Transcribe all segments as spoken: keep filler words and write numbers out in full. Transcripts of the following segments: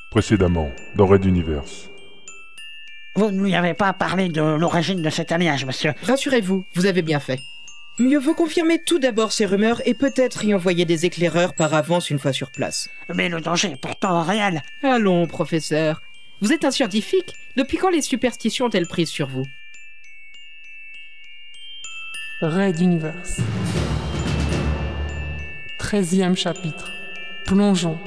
Précédemment, dans Red Universe. Vous ne lui avez pas parlé de l'origine de cet alliage, monsieur. Rassurez-vous, vous avez bien fait. Mieux vaut confirmer tout d'abord ces rumeurs et peut-être y envoyer des éclaireurs par avance une fois sur place. Mais le danger est pourtant réel. Allons, professeur. Vous êtes un scientifique. Depuis quand les superstitions ont-elles prise sur vous ? Red Universe. Treizième chapitre. Plongeons.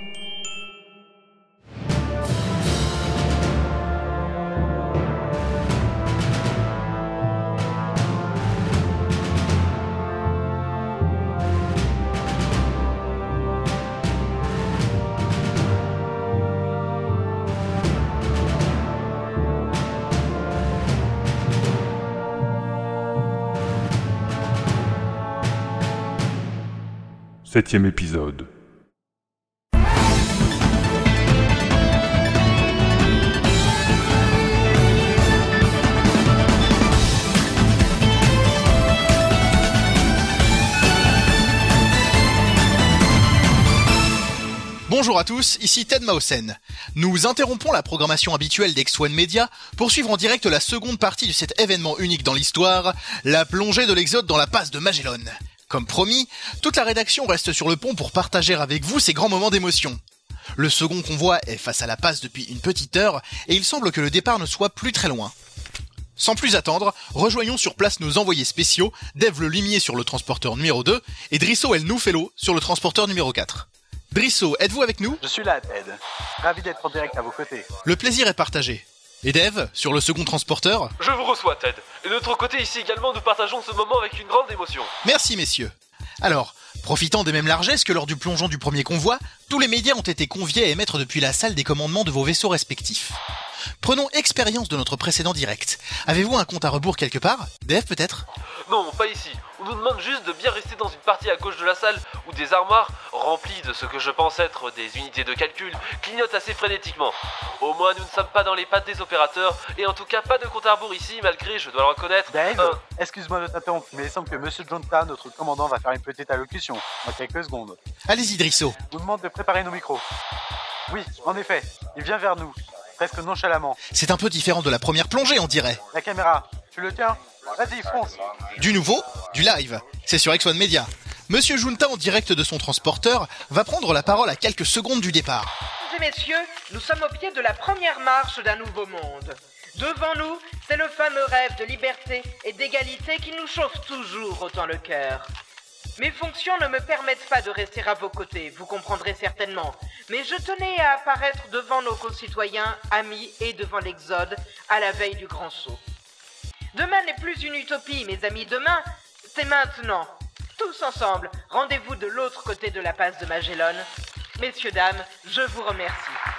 Septième épisode. Bonjour à tous, ici Ted Mausen. Nous interrompons la programmation habituelle d'X un Media pour suivre en direct la seconde partie de cet événement unique dans l'histoire, la plongée de l'Exode dans la passe de Magellan. Comme promis, toute la rédaction reste sur le pont pour partager avec vous ces grands moments d'émotion. Le second convoi est face à la passe depuis une petite heure et il semble que le départ ne soit plus très loin. Sans plus attendre, rejoignons sur place nos envoyés spéciaux, Dave le Limier sur le transporteur numéro deux et Drisso El Noufelo sur le transporteur numéro quatre. Drisso, êtes-vous avec nous ? Je suis là, Ted. Ravi d'être en direct à vos côtés. Le plaisir est partagé. Et Dave, sur le second transporteur ? Je vous reçois, Ted. Et de notre côté ici également, nous partageons ce moment avec une grande émotion. Merci, messieurs. Alors, profitant des mêmes largesses que lors du plongeon du premier convoi, tous les médias ont été conviés à émettre depuis la salle des commandements de vos vaisseaux respectifs. Prenons expérience de notre précédent direct. Avez-vous un compte à rebours quelque part ? Dave, peut-être ? Non, pas ici. On nous demande juste de bien rester dans une partie à gauche de la salle où des armoires, remplies de ce que je pense être des unités de calcul, clignotent assez frénétiquement. Au moins, nous ne sommes pas dans les pattes des opérateurs, et en tout cas pas de compte à rebours ici, malgré, je dois le reconnaître... Dave, euh... excuse-moi de t'interrompre, mais il semble que Monsieur Jonta, notre commandant, va faire une petite allocution, dans quelques secondes. Allez-y, Drisso. Je vous demande de préparer nos micros. Oui, en effet, il vient vers nous, presque nonchalamment. C'est un peu différent de la première plongée, on dirait. La caméra, tu le tiens ? Vas-y, fonce. Du nouveau, du live. C'est sur X un Media. Monsieur Junta, en direct de son transporteur, va prendre la parole à quelques secondes du départ. Mesdames et messieurs, nous sommes au pied de la première marche d'un nouveau monde. Devant nous, c'est le fameux rêve de liberté et d'égalité qui nous chauffe toujours autant le cœur. Mes fonctions ne me permettent pas de rester à vos côtés, vous comprendrez certainement. Mais je tenais à apparaître devant nos concitoyens, amis et devant l'Exode, à la veille du grand saut. Demain n'est plus une utopie, mes amis, demain, c'est maintenant. Tous ensemble, rendez-vous de l'autre côté de la passe de Magellan. Messieurs, dames, je vous remercie.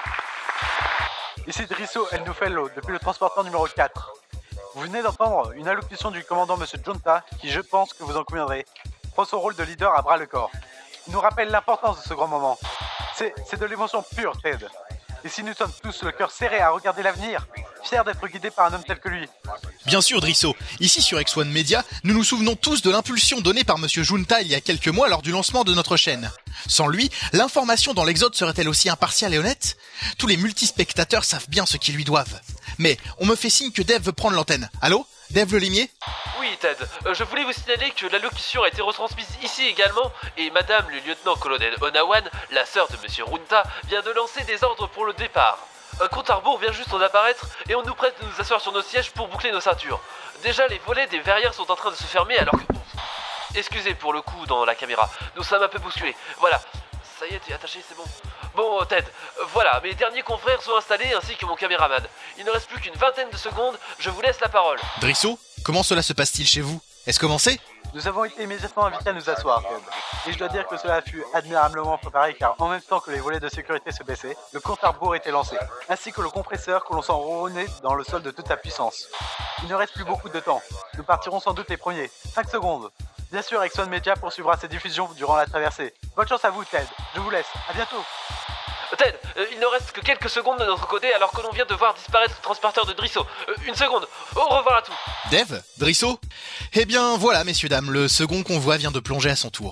Ici Drisso El Noufelo, depuis le transporteur numéro quatre. Vous venez d'entendre une allocution du commandant Monsieur Jonta, qui, je pense que vous en conviendrez, prend son rôle de leader à bras le corps. Il nous rappelle l'importance de ce grand moment. C'est, c'est de l'émotion pure, Ted. Et si nous sommes tous le cœur serré à regarder l'avenir, fiers d'être guidés par un homme tel que lui. Bien sûr, Drisso. Ici sur X un Media, nous nous souvenons tous de l'impulsion donnée par Monsieur Junta il y a quelques mois lors du lancement de notre chaîne. Sans lui, l'information dans l'Exode serait-elle aussi impartiale et honnête ? Tous les multispectateurs savent bien ce qu'ils lui doivent. Mais on me fait signe que Dave veut prendre l'antenne. Allô ? Dave le Limier ? Oui, Ted. Euh, je voulais vous signaler que l'allocution a été retransmise ici également, et Madame le lieutenant-colonel Onawan, la sœur de Monsieur Runta, vient de lancer des ordres pour le départ. Un compte à rebours vient juste d'apparaître, et on nous prête de nous asseoir sur nos sièges pour boucler nos ceintures. Déjà, les volets des verrières sont en train de se fermer, alors que... Excusez pour le coup dans la caméra, nous sommes un peu bousculés. Voilà. Ça y est, t'es attaché, c'est bon. Bon, Ted, euh, voilà, mes derniers confrères sont installés ainsi que mon caméraman. Il ne reste plus qu'une vingtaine de secondes, je vous laisse la parole. Drisso, comment cela se passe-t-il chez vous ? Est-ce commencé ? Nous avons été immédiatement invités à nous asseoir, Ted. Et je dois dire que cela fut admirablement préparé car en même temps que les volets de sécurité se baissaient, le compte à rebours était lancé, ainsi que le compresseur que l'on sent ronronner dans le sol de toute sa puissance. Il ne reste plus beaucoup de temps. Nous partirons sans doute les premiers. cinq secondes. Bien sûr, X un Media poursuivra ses diffusions durant la traversée. Bonne chance à vous, Ted. Je vous laisse. À bientôt. Ted, euh, il ne reste que quelques secondes de notre côté alors que l'on vient de voir disparaître le transporteur de Drisso. Euh, une seconde. Au revoir à tous. Dave ? Drisso ? Eh bien voilà, messieurs dames, le second convoi vient de plonger à son tour.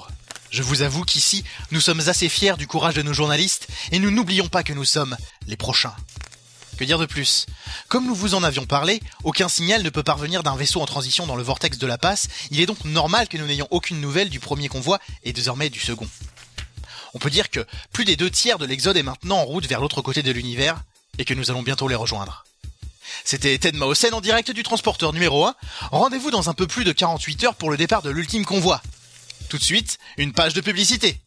Je vous avoue qu'ici, nous sommes assez fiers du courage de nos journalistes et nous n'oublions pas que nous sommes les prochains. Que dire de plus ? Comme nous vous en avions parlé, aucun signal ne peut parvenir d'un vaisseau en transition dans le vortex de la passe, il est donc normal que nous n'ayons aucune nouvelle du premier convoi et désormais du second. On peut dire que plus des deux tiers de l'Exode est maintenant en route vers l'autre côté de l'univers et que nous allons bientôt les rejoindre. C'était Ted Maosen en direct du transporteur numéro un. Rendez-vous dans un peu plus de quarante-huit heures pour le départ de l'ultime convoi. Tout de suite, une page de publicité.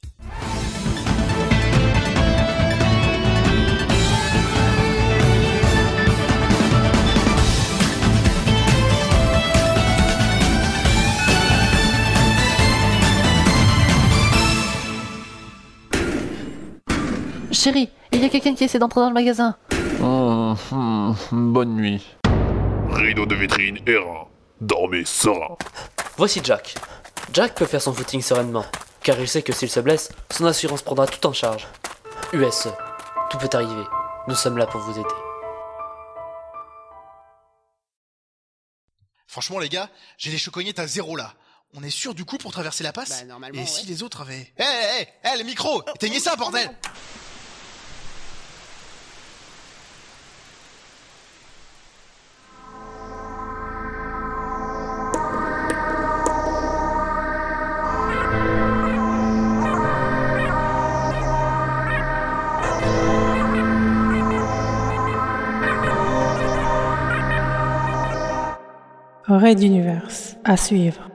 Chérie, il y a quelqu'un qui essaie d'entrer dans le magasin. Mmh, mmh, bonne nuit. Rideau de vitrine errant. Dormez serein. Voici Jack. Jack peut faire son footing sereinement, car il sait que s'il se blesse, son assurance prendra tout en charge. U S E, tout peut arriver. Nous sommes là pour vous aider. Franchement les gars, j'ai les chocognettes à zéro là. On est sûr du coup pour traverser la passe ? Bah, normalement, Et si ouais. les autres avaient... Hé hé hé, le micro, éteignez ça bordel ! Raid d'univers, à suivre.